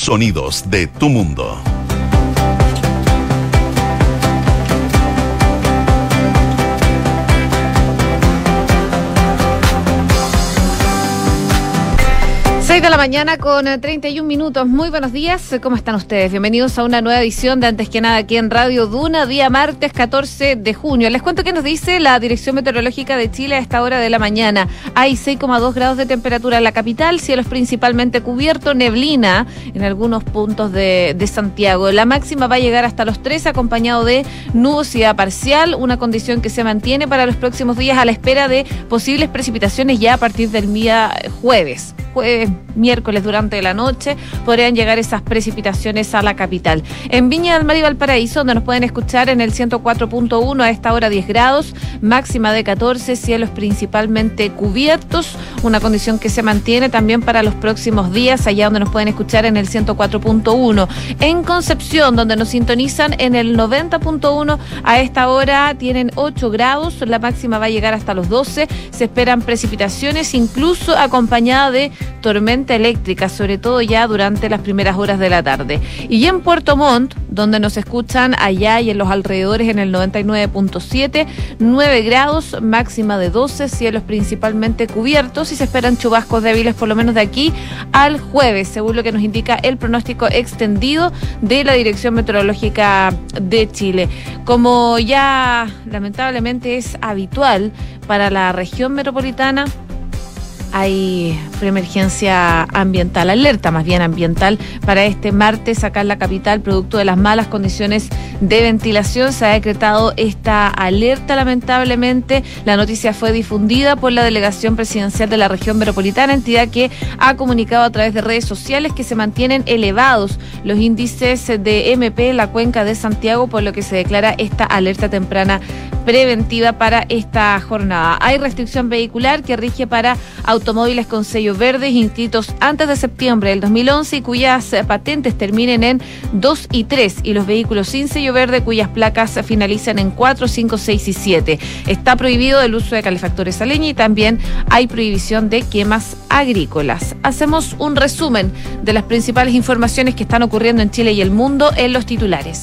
Sonidos de tu mundo. De la mañana con 31 minutos. Muy buenos días, ¿cómo están ustedes? Bienvenidos a una nueva edición de Antes que Nada aquí en Radio Duna, día martes 14 de junio. Les cuento qué nos dice la Dirección Meteorológica de Chile a esta hora de la mañana. Hay 6,2 grados de temperatura en la capital, cielos principalmente cubiertos, neblina en algunos puntos de Santiago. La máxima va a llegar hasta los 13, acompañado de nubosidad parcial, una condición que se mantiene para los próximos días a la espera de posibles precipitaciones ya a partir del día jueves, miércoles durante la noche podrían llegar esas precipitaciones a la capital. En Viña del Mar y Valparaíso, donde nos pueden escuchar en el 104.1, a esta hora 10 grados, máxima de 14, cielos principalmente cubiertos, una condición que se mantiene también para los próximos días, allá donde nos pueden escuchar en el 104.1. En Concepción, donde nos sintonizan en el 90.1, a esta hora tienen 8 grados, la máxima va a llegar hasta los 12, se esperan precipitaciones, incluso acompañada de tormenta eléctrica, sobre todo ya durante las primeras horas de la tarde. Y en Puerto Montt, donde nos escuchan allá y en los alrededores en el 99.7, 9 grados, máxima de 12, cielos principalmente cubiertos y se esperan chubascos débiles por lo menos de aquí al jueves, según lo que nos indica el pronóstico extendido de la Dirección Meteorológica de Chile. Como ya lamentablemente es habitual para la región metropolitana, hay preemergencia ambiental, alerta más bien ambiental para este martes acá en la capital, producto de las malas condiciones de ventilación. Se ha decretado esta alerta lamentablemente. La noticia fue difundida por la Delegación Presidencial de la Región Metropolitana, entidad que ha comunicado a través de redes sociales que se mantienen elevados los índices de MP en la cuenca de Santiago, por lo que se declara esta alerta temprana preventiva para esta jornada. Hay restricción vehicular que rige para automóviles con sello verde inscritos antes de septiembre del 2011 y cuyas patentes terminen en 2 y 3, y los vehículos sin sello verde cuyas placas finalicen en 4, 5, 6 y 7. Está prohibido el uso de calefactores a leña y también hay prohibición de quemas agrícolas. Hacemos un resumen de las principales informaciones que están ocurriendo en Chile y el mundo en los titulares.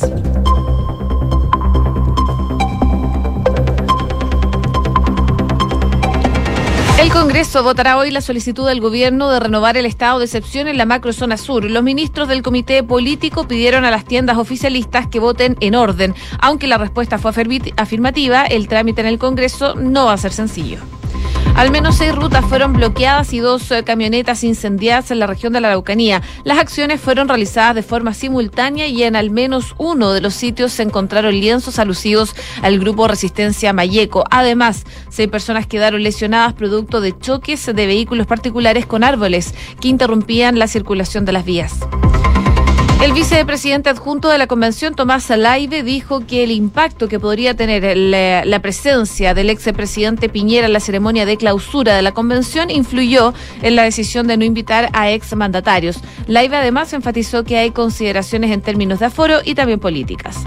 El Congreso votará hoy la solicitud del gobierno de renovar el estado de excepción en la macrozona sur. Los ministros del comité político pidieron a las tiendas oficialistas que voten en orden. Aunque la respuesta fue afirmativa, el trámite en el Congreso no va a ser sencillo. Al menos 6 rutas fueron bloqueadas y 2 camionetas incendiadas en la región de la Araucanía. Las acciones fueron realizadas de forma simultánea y en al menos uno de los sitios se encontraron lienzos alusivos al grupo Resistencia Mayeco. Además, 6 personas quedaron lesionadas producto de choques de vehículos particulares con árboles que interrumpían la circulación de las vías. El vicepresidente adjunto de la convención, Tomás Laive, dijo que el impacto que podría tener la presencia del expresidente Piñera en la ceremonia de clausura de la convención influyó en la decisión de no invitar a exmandatarios. Laive además enfatizó que hay consideraciones en términos de aforo y también políticas.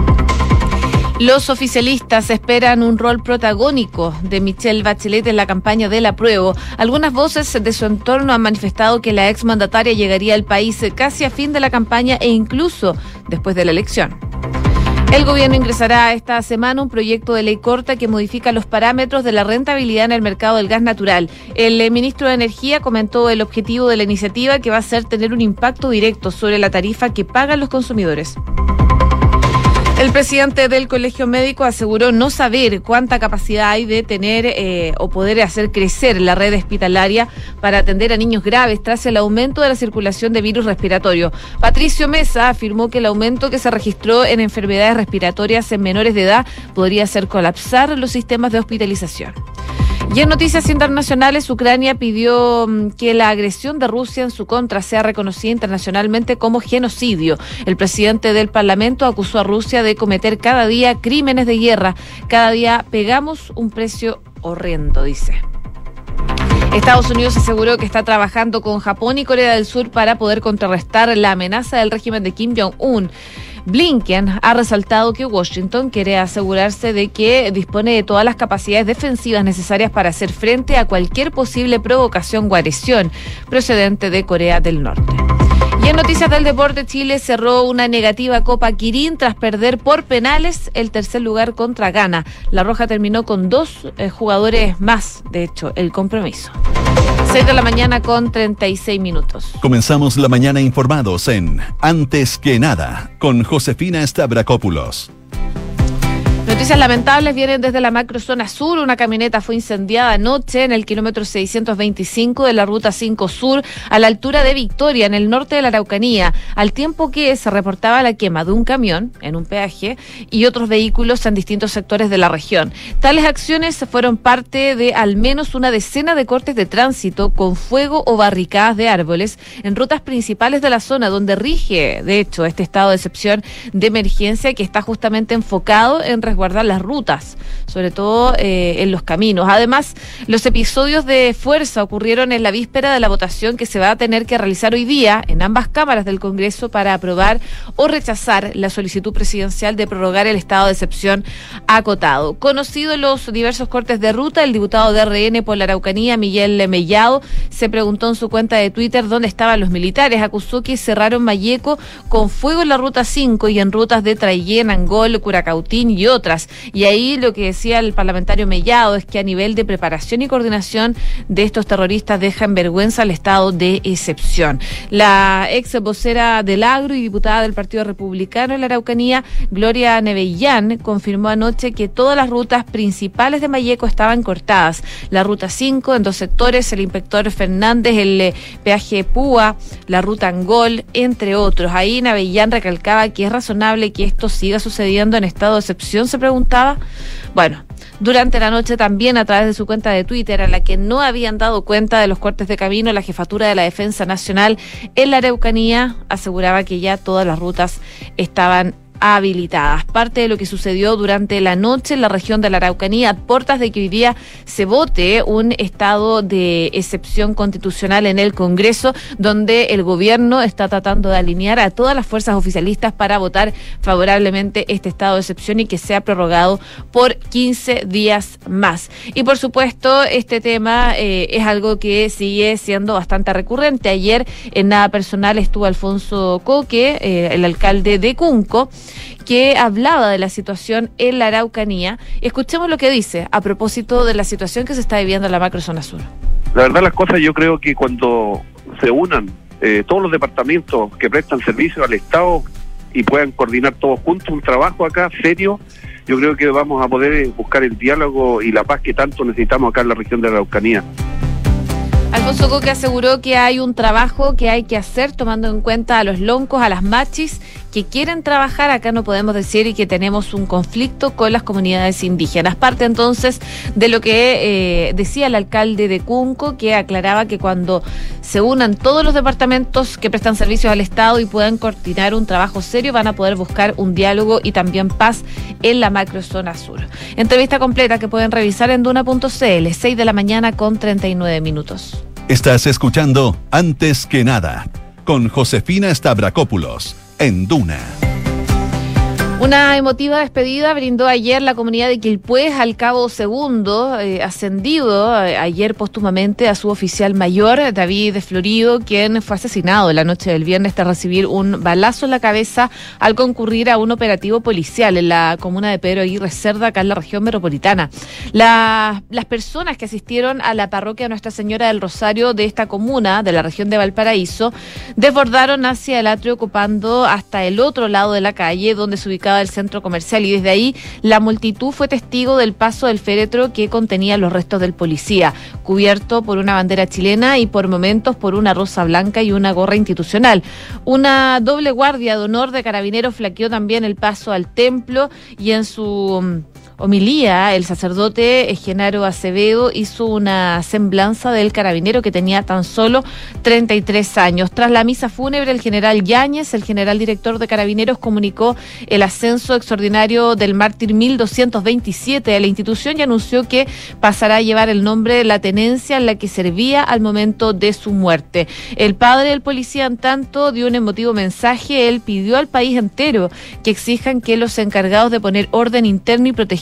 Los oficialistas esperan un rol protagónico de Michelle Bachelet en la campaña del apruebo. Algunas voces de su entorno han manifestado que la exmandataria llegaría al país casi a fin de la campaña e incluso después de la elección. El gobierno ingresará esta semana un proyecto de ley corta que modifica los parámetros de la rentabilidad en el mercado del gas natural. El ministro de Energía comentó el objetivo de la iniciativa, que va a ser tener un impacto directo sobre la tarifa que pagan los consumidores. El presidente del Colegio Médico aseguró no saber cuánta capacidad hay de tener o poder hacer crecer la red hospitalaria para atender a niños graves tras el aumento de la circulación de virus respiratorio. Patricio Mesa afirmó que el aumento que se registró en enfermedades respiratorias en menores de edad podría hacer colapsar los sistemas de hospitalización. Y en noticias internacionales, Ucrania pidió que la agresión de Rusia en su contra sea reconocida internacionalmente como genocidio. El presidente del Parlamento acusó a Rusia de cometer cada día crímenes de guerra. Cada día pagamos un precio horrendo, dice. Estados Unidos aseguró que está trabajando con Japón y Corea del Sur para poder contrarrestar la amenaza del régimen de Kim Jong-un. Blinken ha resaltado que Washington quiere asegurarse de que dispone de todas las capacidades defensivas necesarias para hacer frente a cualquier posible provocación o agresión procedente de Corea del Norte. Y en noticias del deporte, Chile cerró una negativa Copa Quirín tras perder por penales el tercer lugar contra Ghana. La Roja terminó con 2 jugadores más, de hecho, el compromiso. 6 de la mañana con 36 minutos. Comenzamos la mañana informados en Antes que nada, con Josefina Stavrakopoulos. Noticias lamentables vienen desde la macrozona sur. Una camioneta fue incendiada anoche en el kilómetro 625 de la ruta 5 sur, a la altura de Victoria, en el norte de la Araucanía, al tiempo que se reportaba la quema de un camión en un peaje y otros vehículos en distintos sectores de la región. Tales acciones fueron parte de al menos una decena de cortes de tránsito con fuego o barricadas de árboles en rutas principales de la zona, donde rige, de hecho, este estado de excepción de emergencia que está justamente enfocado en resguardar las rutas, sobre todo en los caminos. Además, los episodios de fuerza ocurrieron en la víspera de la votación que se va a tener que realizar hoy día en ambas cámaras del Congreso para aprobar o rechazar la solicitud presidencial de prorrogar el estado de excepción acotado. Conocidos los diversos cortes de ruta, el diputado de RN por la Araucanía, Miguel Mellado, se preguntó en su cuenta de Twitter dónde estaban los militares. Acusó que cerraron Malleco con fuego en la ruta 5 y en rutas de Traillén, Angol, Curacautín y otras. Y ahí lo que decía el parlamentario Mellado es que a nivel de preparación y coordinación de estos terroristas deja en vergüenza el estado de excepción. La ex vocera del Agro y diputada del Partido Republicano en la Araucanía, Gloria Nevellán, confirmó anoche que todas las rutas principales de Malleco estaban cortadas. La ruta 5 en 2 sectores, el inspector Fernández, el peaje Púa, la ruta Angol, entre otros. Ahí Nevellán recalcaba que es razonable que esto siga sucediendo en estado de excepción, se preguntaba. Bueno, durante la noche también a través de su cuenta de Twitter, a la que no habían dado cuenta de los cortes de camino, la Jefatura de la Defensa Nacional en la Araucanía aseguraba que ya todas las rutas estaban habilitadas. Parte de lo que sucedió durante la noche en la región de la Araucanía, a puertas de que hoy día se vote un estado de excepción constitucional en el Congreso, donde el gobierno está tratando de alinear a todas las fuerzas oficialistas para votar favorablemente este estado de excepción y que sea prorrogado por 15 días más. Y por supuesto, este tema es algo que sigue siendo bastante recurrente. Ayer, en Nada Personal, estuvo Alfonso Coque, el alcalde de Cunco, que hablaba de la situación en la Araucanía. Escuchemos lo que dice a propósito de la situación que se está viviendo en la macrozona sur. La verdad, las cosas, yo creo que cuando se unan todos los departamentos que prestan servicio al Estado y puedan coordinar todos juntos un trabajo acá serio, yo creo que vamos a poder buscar el diálogo y la paz que tanto necesitamos acá en la región de la Araucanía. Alfonso Coque aseguró que hay un trabajo que hay que hacer tomando en cuenta a los loncos, a las machis que quieren trabajar. Acá no podemos decir y que tenemos un conflicto con las comunidades indígenas. Parte entonces de lo que decía el alcalde de Cunco, que aclaraba que cuando se unan todos los departamentos que prestan servicios al Estado y puedan coordinar un trabajo serio, van a poder buscar un diálogo y también paz en la macrozona sur. Entrevista completa que pueden revisar en duna.cl, 6 de la mañana con 39 minutos. Estás escuchando Antes que nada, con Josefina Stavrakopoulos, en Duna. Una emotiva despedida brindó ayer la comunidad de Quilpué al cabo segundo, ascendido ayer póstumamente a su oficial mayor, David Florido, quien fue asesinado la noche del viernes tras recibir un balazo en la cabeza al concurrir a un operativo policial en la comuna de Pedro Aguirre Cerda, acá en la región metropolitana. Las personas que asistieron a la parroquia Nuestra Señora del Rosario de esta comuna, de la región de Valparaíso, desbordaron hacia el atrio ocupando hasta el otro lado de la calle donde se ubicaba del centro comercial, y desde ahí la multitud fue testigo del paso del féretro que contenía los restos del policía, cubierto por una bandera chilena y por momentos por una rosa blanca y una gorra institucional. Una doble guardia de honor de carabineros flanqueó también el paso al templo, y en su homilía el sacerdote Genaro Acevedo hizo una semblanza del carabinero que tenía tan solo 33 años. Tras la misa fúnebre, el general Yáñez, el general director de Carabineros, comunicó el ascenso extraordinario del mártir 1227 a la institución y anunció que pasará a llevar el nombre de la tenencia en la que servía al momento de su muerte. El padre del policía, en tanto, dio un emotivo mensaje. Él pidió al país entero que exijan que los encargados de poner orden interno y proteger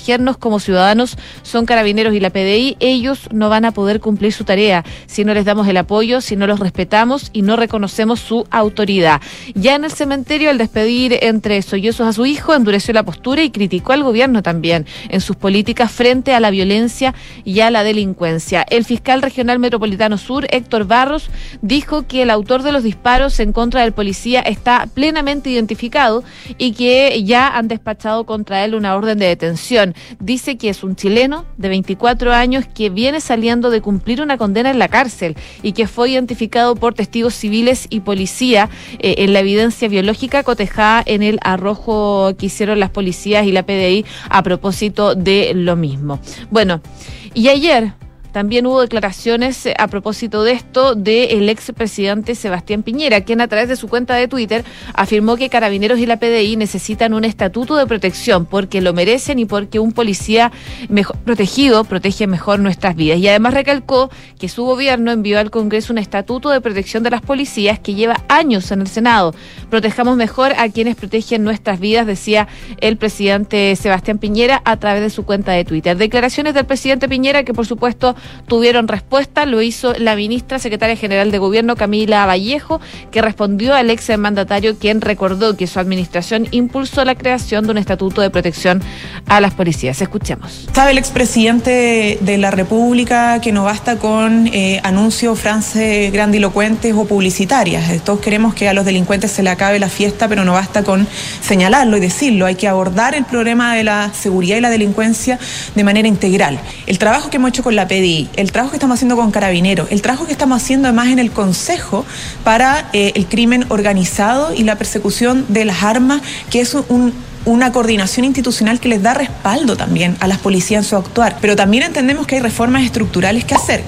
protegernos como ciudadanos son Carabineros y la PDI. Ellos no van a poder cumplir su tarea si no les damos el apoyo, si no los respetamos y no reconocemos su autoridad. Ya en el cementerio, al despedir entre sollozos a su hijo, endureció la postura y criticó al gobierno también en sus políticas frente a la violencia y a la delincuencia. El fiscal regional metropolitano sur, Héctor Barros, dijo que el autor de los disparos en contra del policía está plenamente identificado y que ya han despachado contra él una orden de detención. Dice que es un chileno de 24 años que viene saliendo de cumplir una condena en la cárcel y que fue identificado por testigos civiles y policía en la evidencia biológica cotejada en el arrojo que hicieron las policías y la PDI a propósito de lo mismo. Bueno, y ayer también hubo declaraciones a propósito de esto del expresidente Sebastián Piñera, quien a través de su cuenta de Twitter afirmó que Carabineros y la PDI necesitan un estatuto de protección porque lo merecen y porque un policía mejor protegido protege mejor nuestras vidas. Y además recalcó que su gobierno envió al Congreso un estatuto de protección de las policías que lleva años en el Senado. Protejamos mejor a quienes protegen nuestras vidas, decía el presidente Sebastián Piñera a través de su cuenta de Twitter. Declaraciones del presidente Piñera que por supuesto tuvieron respuesta. Lo hizo la ministra secretaria general de Gobierno, Camila Vallejo, que respondió al ex mandatario, quien recordó que su administración impulsó la creación de un estatuto de protección a las policías. Escuchemos. Sabe el expresidente de la República que no basta con anuncios, frases grandilocuentes o publicitarias. Todos queremos que a los delincuentes se le acabe la fiesta, pero no basta con señalarlo y decirlo. Hay que abordar el problema de la seguridad y la delincuencia de manera integral. El trabajo que hemos hecho con la PDI, el trabajo que estamos haciendo con Carabineros, el trabajo que estamos haciendo además en el Consejo para el crimen organizado y la persecución de las armas, que es una coordinación institucional que les da respaldo también a las policías en su actuar. Pero también entendemos que hay reformas estructurales que hacer.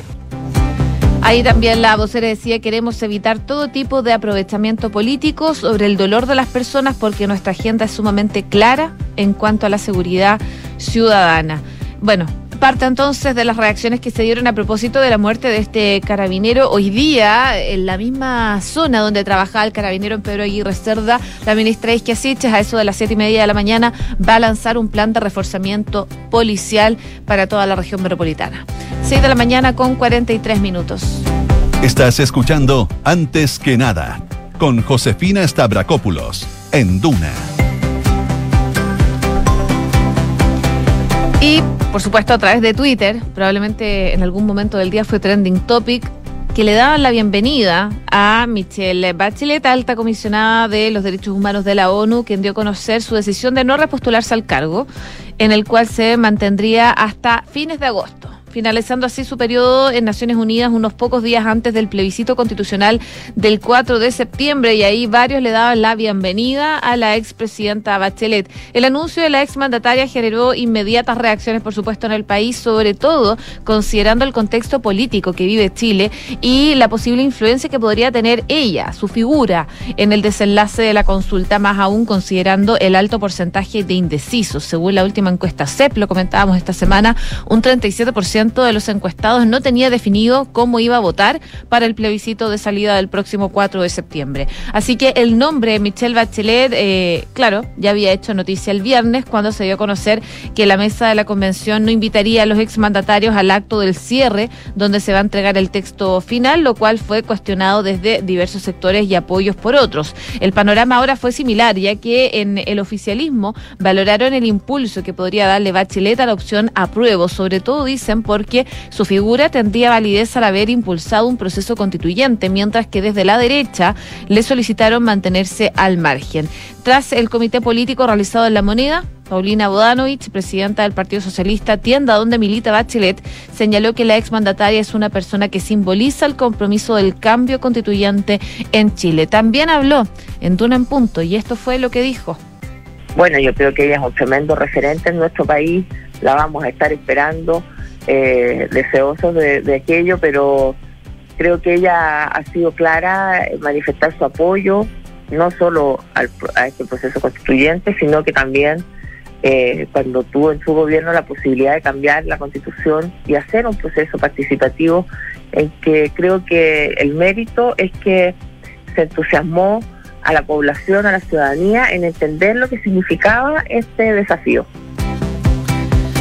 Ahí también la vocera decía: queremos evitar todo tipo de aprovechamiento político sobre el dolor de las personas porque nuestra agenda es sumamente clara en cuanto a la seguridad ciudadana. Bueno, parte entonces de las reacciones que se dieron a propósito de la muerte de este carabinero. Hoy día, en la misma zona donde trabajaba el carabinero en Pedro Aguirre Cerda, la ministra Isquia Siches, a eso de las 7:30 de la mañana, va a lanzar un plan de reforzamiento policial para toda la región metropolitana. 6 de la mañana con 43 minutos. Estás escuchando Antes que Nada, con Josefina Stavrakopoulos, en Duna. Y, por supuesto, a través de Twitter, probablemente en algún momento del día fue trending topic, que le daban la bienvenida a Michelle Bachelet, alta comisionada de los derechos humanos de la ONU, quien dio a conocer su decisión de no repostularse al cargo, en el cual se mantendría hasta fines de agosto, finalizando así su periodo en Naciones Unidas unos pocos días antes del plebiscito constitucional del 4 de septiembre, y ahí varios le daban la bienvenida a la expresidenta Bachelet. El anuncio de la exmandataria generó inmediatas reacciones, por supuesto, en el país, sobre todo considerando el contexto político que vive Chile y la posible influencia que podría tener ella, su figura, en el desenlace de la consulta, más aún considerando el alto porcentaje de indecisos. Según la última encuesta CEP, lo comentábamos esta semana, un 37% de los encuestados no tenía definido cómo iba a votar para el plebiscito de salida del próximo 4 de septiembre. Así que el nombre de Michelle Bachelet, claro, ya había hecho noticia el viernes cuando se dio a conocer que la mesa de la convención no invitaría a los exmandatarios al acto del cierre, donde se va a entregar el texto final, lo cual fue cuestionado desde diversos sectores y apoyos por otros. El panorama ahora fue similar, ya que en el oficialismo valoraron el impulso que podría darle Bachelet a la opción apruebo, sobre todo, dicen, porque su figura tendría validez al haber impulsado un proceso constituyente, mientras que desde la derecha le solicitaron mantenerse al margen. Tras el comité político realizado en La Moneda, Paulina Bodanovich, presidenta del Partido Socialista, tienda donde milita Bachelet, señaló que la exmandataria es una persona que simboliza el compromiso del cambio constituyente en Chile. También habló en Duna en Punto, y esto fue lo que dijo. Bueno, yo creo que ella es un tremendo referente en nuestro país, la vamos a estar esperando, deseosos de aquello, pero creo que ella ha sido clara en manifestar su apoyo, no solo a este proceso constituyente, sino que también cuando tuvo en su gobierno la posibilidad de cambiar la Constitución y hacer un proceso participativo, en que creo que el mérito es que se entusiasmó a la población, a la ciudadanía, en entender lo que significaba este desafío.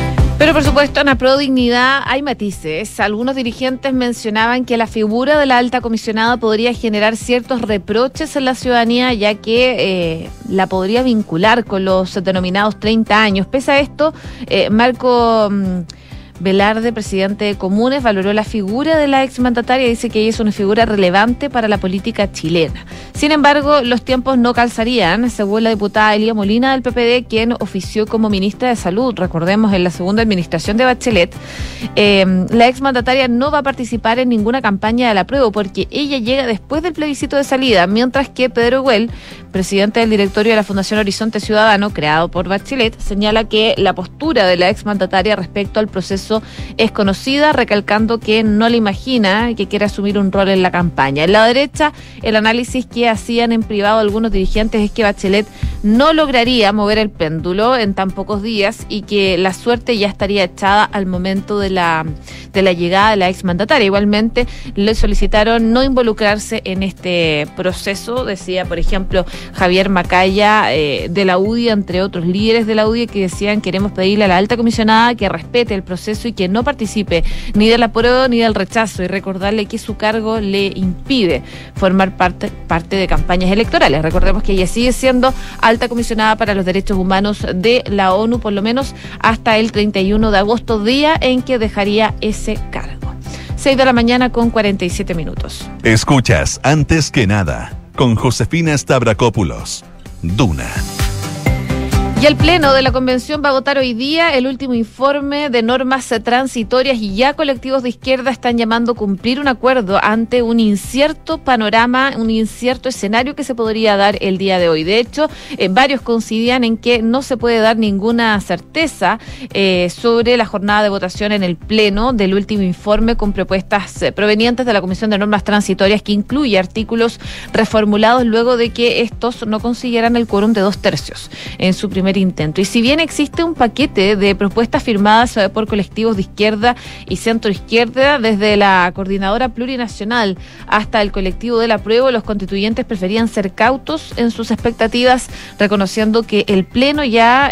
Pero por supuesto en la Prodignidad hay matices. Algunos dirigentes mencionaban que la figura de la alta comisionada podría generar ciertos reproches en la ciudadanía, ya que la podría vincular con los denominados 30 años. Pese a esto, Marco Velarde, presidente de Comunes, valoró la figura de la exmandataria y dice que ella es una figura relevante para la política chilena. Sin embargo, los tiempos no calzarían, según la diputada Elía Molina del PPD, quien ofició como ministra de Salud, recordemos, en la segunda administración de Bachelet. La exmandataria no va a participar en ninguna campaña del apruebo porque ella llega después del plebiscito de salida, mientras que Pedro Güell, presidente del directorio de la Fundación Horizonte Ciudadano, creado por Bachelet, señala que la postura de la exmandataria respecto al proceso es conocida, recalcando que no le imagina que quiera asumir un rol en la campaña. En la derecha, el análisis que hacían en privado algunos dirigentes es que Bachelet no lograría mover el péndulo en tan pocos días y que la suerte ya estaría echada al momento de la llegada de la exmandataria. Igualmente, le solicitaron no involucrarse en este proceso, decía, por ejemplo, Javier Macaya de la UDI, entre otros líderes de la UDI, que decían: queremos pedirle a la alta comisionada que respete el proceso y que no participe ni del apruebo ni del rechazo, y recordarle que su cargo le impide formar parte de campañas electorales. Recordemos que ella sigue siendo alta comisionada para los derechos humanos de la ONU, por lo menos hasta el 31 de agosto, día en que dejaría ese cargo. 6 de la mañana con 47 minutos. Escuchas Antes que Nada con Josefina Stavrakopoulos, Duna. Y el Pleno de la Convención va a votar hoy día el último informe de normas transitorias, y ya colectivos de izquierda están llamando a cumplir un acuerdo ante un incierto panorama, un incierto escenario que se podría dar el día de hoy. De hecho, varios coincidían en que no se puede dar ninguna certeza sobre la jornada de votación en el Pleno del último informe con propuestas provenientes de la Comisión de Normas Transitorias, que incluye artículos reformulados luego de que estos no consiguieran el quórum de 2/3 en su primer intento. Y si bien existe un paquete de propuestas firmadas por colectivos de izquierda y centro izquierda, desde la coordinadora plurinacional hasta el colectivo del apruebo, los constituyentes preferían ser cautos en sus expectativas, reconociendo que el Pleno ya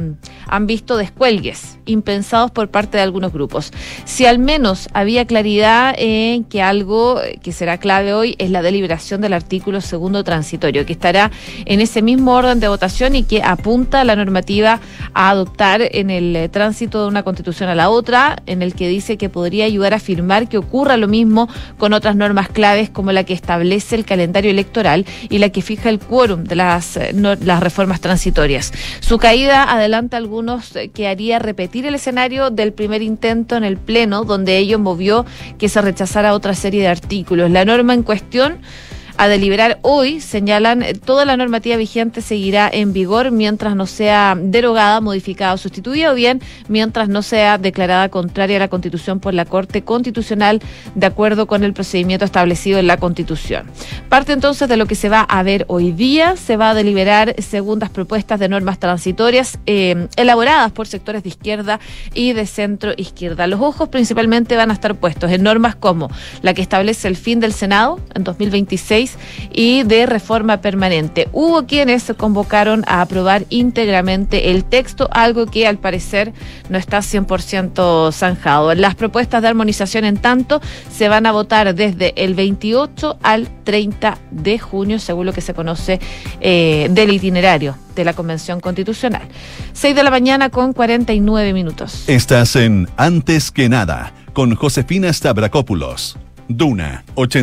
han visto descuelgues impensados por parte de algunos grupos. Si al menos había claridad en que algo que será clave hoy es la deliberación del artículo segundo transitorio, que estará en ese mismo orden de votación y que apunta a la normativa a adoptar en el tránsito de una constitución a la otra, en el que dice que podría ayudar a afirmar que ocurra lo mismo con otras normas claves, como la que establece el calendario electoral y la que fija el quórum de las reformas transitorias. Su caída, adelanta algunos, que haría repetir el escenario del primer intento en el Pleno, donde ello movió que se rechazara otra serie de artículos. La norma en cuestión a deliberar hoy, señalan, toda la normativa vigente seguirá en vigor mientras no sea derogada, modificada o sustituida, o bien mientras no sea declarada contraria a la Constitución por la Corte Constitucional, de acuerdo con el procedimiento establecido en la Constitución. Parte entonces de lo que se va a ver hoy día. Se va a deliberar segundas propuestas de normas transitorias elaboradas por sectores de izquierda y de centro izquierda. Los ojos principalmente van a estar puestos en normas como la que establece el fin del Senado en 2026 y de reforma permanente. Hubo quienes convocaron a aprobar íntegramente el texto, algo que al parecer no está 100% zanjado. Las propuestas de armonización, en tanto, se van a votar desde el 28 al 30 de junio, según lo que se conoce del itinerario de la Convención Constitucional. 6 de la mañana con 49 minutos. Estás en Antes que Nada con Josefina Stavrakopoulos, Duna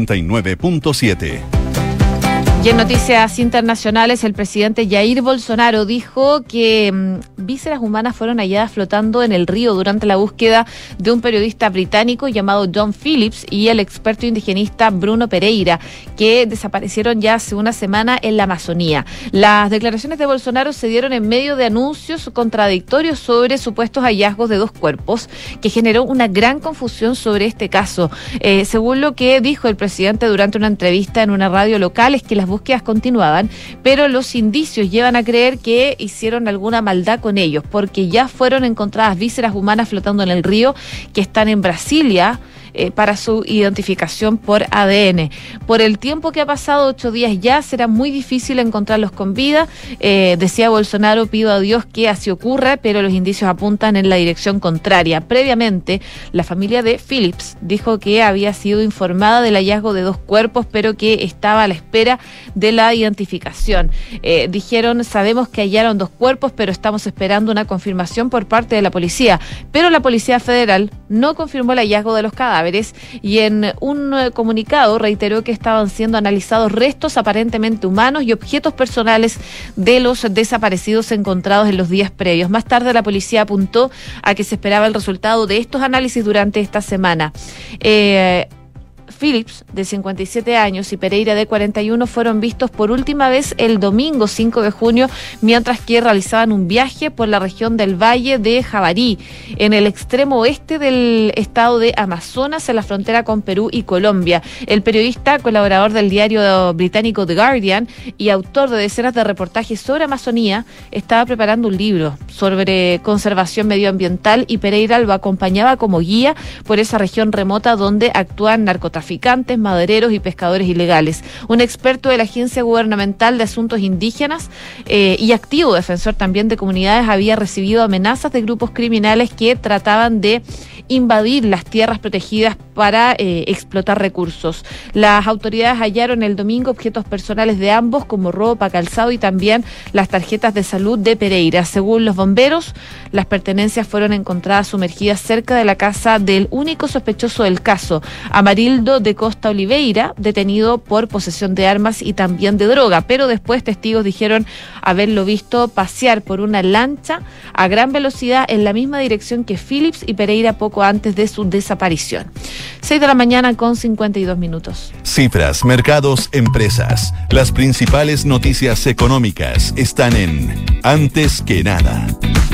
89.7. Y en noticias internacionales, el presidente Jair Bolsonaro dijo que vísceras humanas fueron halladas flotando en el río durante la búsqueda de un periodista británico llamado John Phillips y el experto indigenista Bruno Pereira, que desaparecieron ya hace una semana en la Amazonía. Las declaraciones de Bolsonaro se dieron en medio de anuncios contradictorios sobre supuestos hallazgos de dos cuerpos, que generó una gran confusión sobre este caso. Según lo que dijo el presidente durante una entrevista en una radio local, es que las búsquedas continuaban, pero los indicios llevan a creer que hicieron alguna maldad con ellos, porque ya fueron encontradas vísceras humanas flotando en el río, que están en Brasilia, para su identificación por ADN. Por el tiempo que ha pasado, 8 días ya, será muy difícil encontrarlos con vida. Decía Bolsonaro, pido a Dios que así ocurra, pero los indicios apuntan en la dirección contraria. Previamente, la familia de Phillips dijo que había sido informada del hallazgo de 2 cuerpos, pero que estaba a la espera de la identificación. Dijeron, sabemos que hallaron 2 cuerpos, pero estamos esperando una confirmación por parte de la policía. Pero la Policía Federal no confirmó el hallazgo de los cadáveres y en un comunicado reiteró que estaban siendo analizados restos aparentemente humanos y objetos personales de los desaparecidos encontrados en los días previos. Más tarde la policía apuntó a que se esperaba el resultado de estos análisis durante esta semana. Phillips, de 57 años, y Pereira, de 41, fueron vistos por última vez el domingo 5 de junio, mientras que realizaban un viaje por la región del Valle de Jabarí, en el extremo oeste del estado de Amazonas, en la frontera con Perú y Colombia. El periodista, colaborador del diario británico The Guardian y autor de decenas de reportajes sobre Amazonía, estaba preparando un libro sobre conservación medioambiental y Pereira lo acompañaba como guía por esa región remota donde actúan narcotraficantes, madereros y pescadores ilegales. Un experto de la Agencia Gubernamental de Asuntos Indígenas y activo defensor también de comunidades había recibido amenazas de grupos criminales que trataban de invadir las tierras protegidas para explotar recursos. Las autoridades hallaron el domingo objetos personales de ambos, como ropa, calzado y también las tarjetas de salud de Pereira. Según los bomberos, las pertenencias fueron encontradas sumergidas cerca de la casa del único sospechoso del caso, Amarildo de Costa Oliveira, detenido por posesión de armas y también de droga, pero después testigos dijeron haberlo visto pasear por una lancha a gran velocidad en la misma dirección que Phillips y Pereira poco antes de su desaparición. 6 de la mañana con 52 minutos. Cifras, mercados, empresas. Las principales noticias económicas están en Antes que Nada.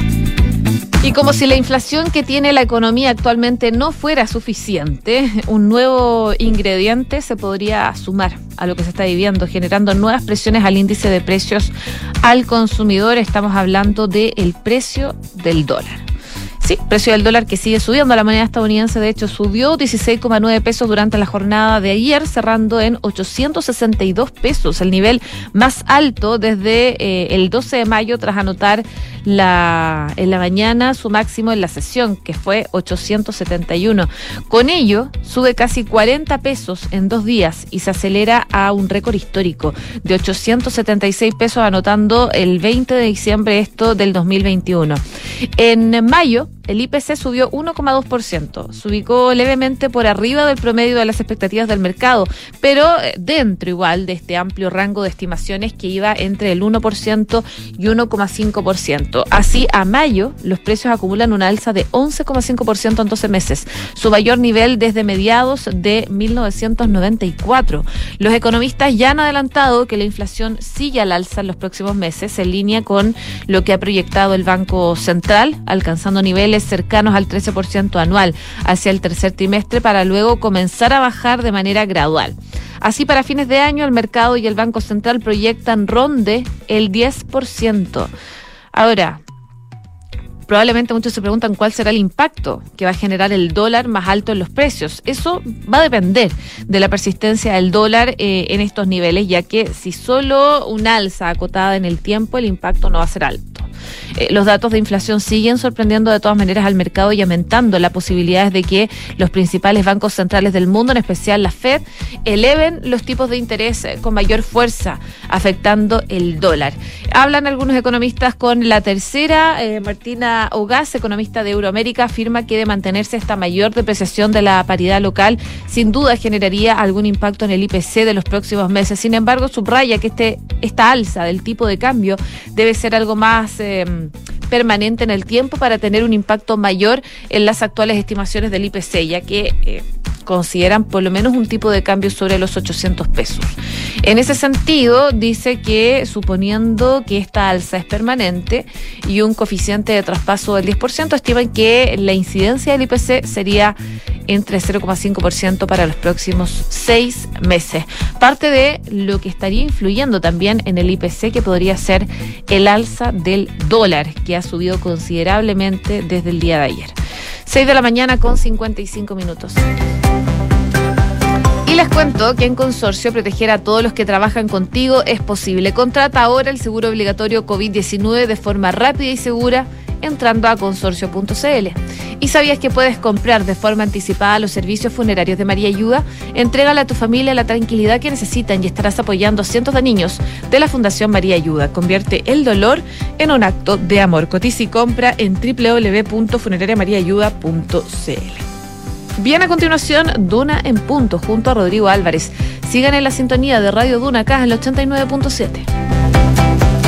Y como si la inflación que tiene la economía actualmente no fuera suficiente, un nuevo ingrediente se podría sumar a lo que se está viviendo, generando nuevas presiones al índice de precios al consumidor. Estamos hablando del precio del dólar. Sí, precio del dólar que sigue subiendo. La moneda estadounidense, de hecho, subió 16,9 pesos durante la jornada de ayer, cerrando en 862 pesos, el nivel más alto desde el 12 de mayo, tras anotar en la mañana su máximo en la sesión, que fue 871. Con ello, sube casi 40 pesos en 2 días y se acelera a un récord histórico de 876 pesos, anotando el 20 de diciembre esto del 2021. En mayo, el IPC subió 1,2%, se ubicó levemente por arriba del promedio de las expectativas del mercado, pero dentro igual de este amplio rango de estimaciones que iba entre el 1% y 1,5%. Así, a mayo, los precios acumulan una alza de 11,5% en 12 meses, su mayor nivel desde mediados de 1994. Los economistas ya han adelantado que la inflación sigue al alza en los próximos meses, en línea con lo que ha proyectado el Banco Central, alcanzando niveles cercanos al 13% anual hacia el tercer trimestre, para luego comenzar a bajar de manera gradual. Así, para fines de año, el mercado y el Banco Central proyectan ronde el 10%. Ahora, probablemente muchos se preguntan cuál será el impacto que va a generar el dólar más alto en los precios. Eso va a depender de la persistencia del dólar en estos niveles, ya que si solo una alza acotada en el tiempo, el impacto no va a ser alto. Los datos de inflación siguen sorprendiendo de todas maneras al mercado y aumentando las posibilidades de que los principales bancos centrales del mundo, en especial la Fed, eleven los tipos de interés con mayor fuerza, afectando el dólar. Hablan algunos economistas con La Tercera. Martina Ogaz, economista de Euroamérica, afirma que de mantenerse esta mayor depreciación de la paridad local, sin duda generaría algún impacto en el IPC de los próximos meses. Sin embargo, subraya que esta alza del tipo de cambio debe ser algo más permanente en el tiempo para tener un impacto mayor en las actuales estimaciones del IPC, ya que consideran por lo menos un tipo de cambio sobre los 800 pesos. En ese sentido, dice que suponiendo que esta alza es permanente y un coeficiente de traspaso del 10%, estiman que la incidencia del IPC sería entre 0,5% para los próximos 6 meses. Parte de lo que estaría influyendo también en el IPC, que podría ser el alza del dólar, que ha subido considerablemente desde el día de ayer. 6 de la mañana con 55 minutos. les cuento que en Consorcio proteger a todos los que trabajan contigo es posible. Contrata ahora el seguro obligatorio COVID-19 de forma rápida y segura entrando a consorcio.cl. ¿Y sabías que puedes comprar de forma anticipada los servicios funerarios de María Ayuda? Entrégale a tu familia la tranquilidad que necesitan y estarás apoyando a cientos de niños de la Fundación María Ayuda. Convierte el dolor en un acto de amor. Cotiza y compra en www.funerariamariaayuda.cl. Bien, a continuación, Duna en Punto junto a Rodrigo Álvarez. Sigan en la sintonía de Radio Duna acá en el 89.7.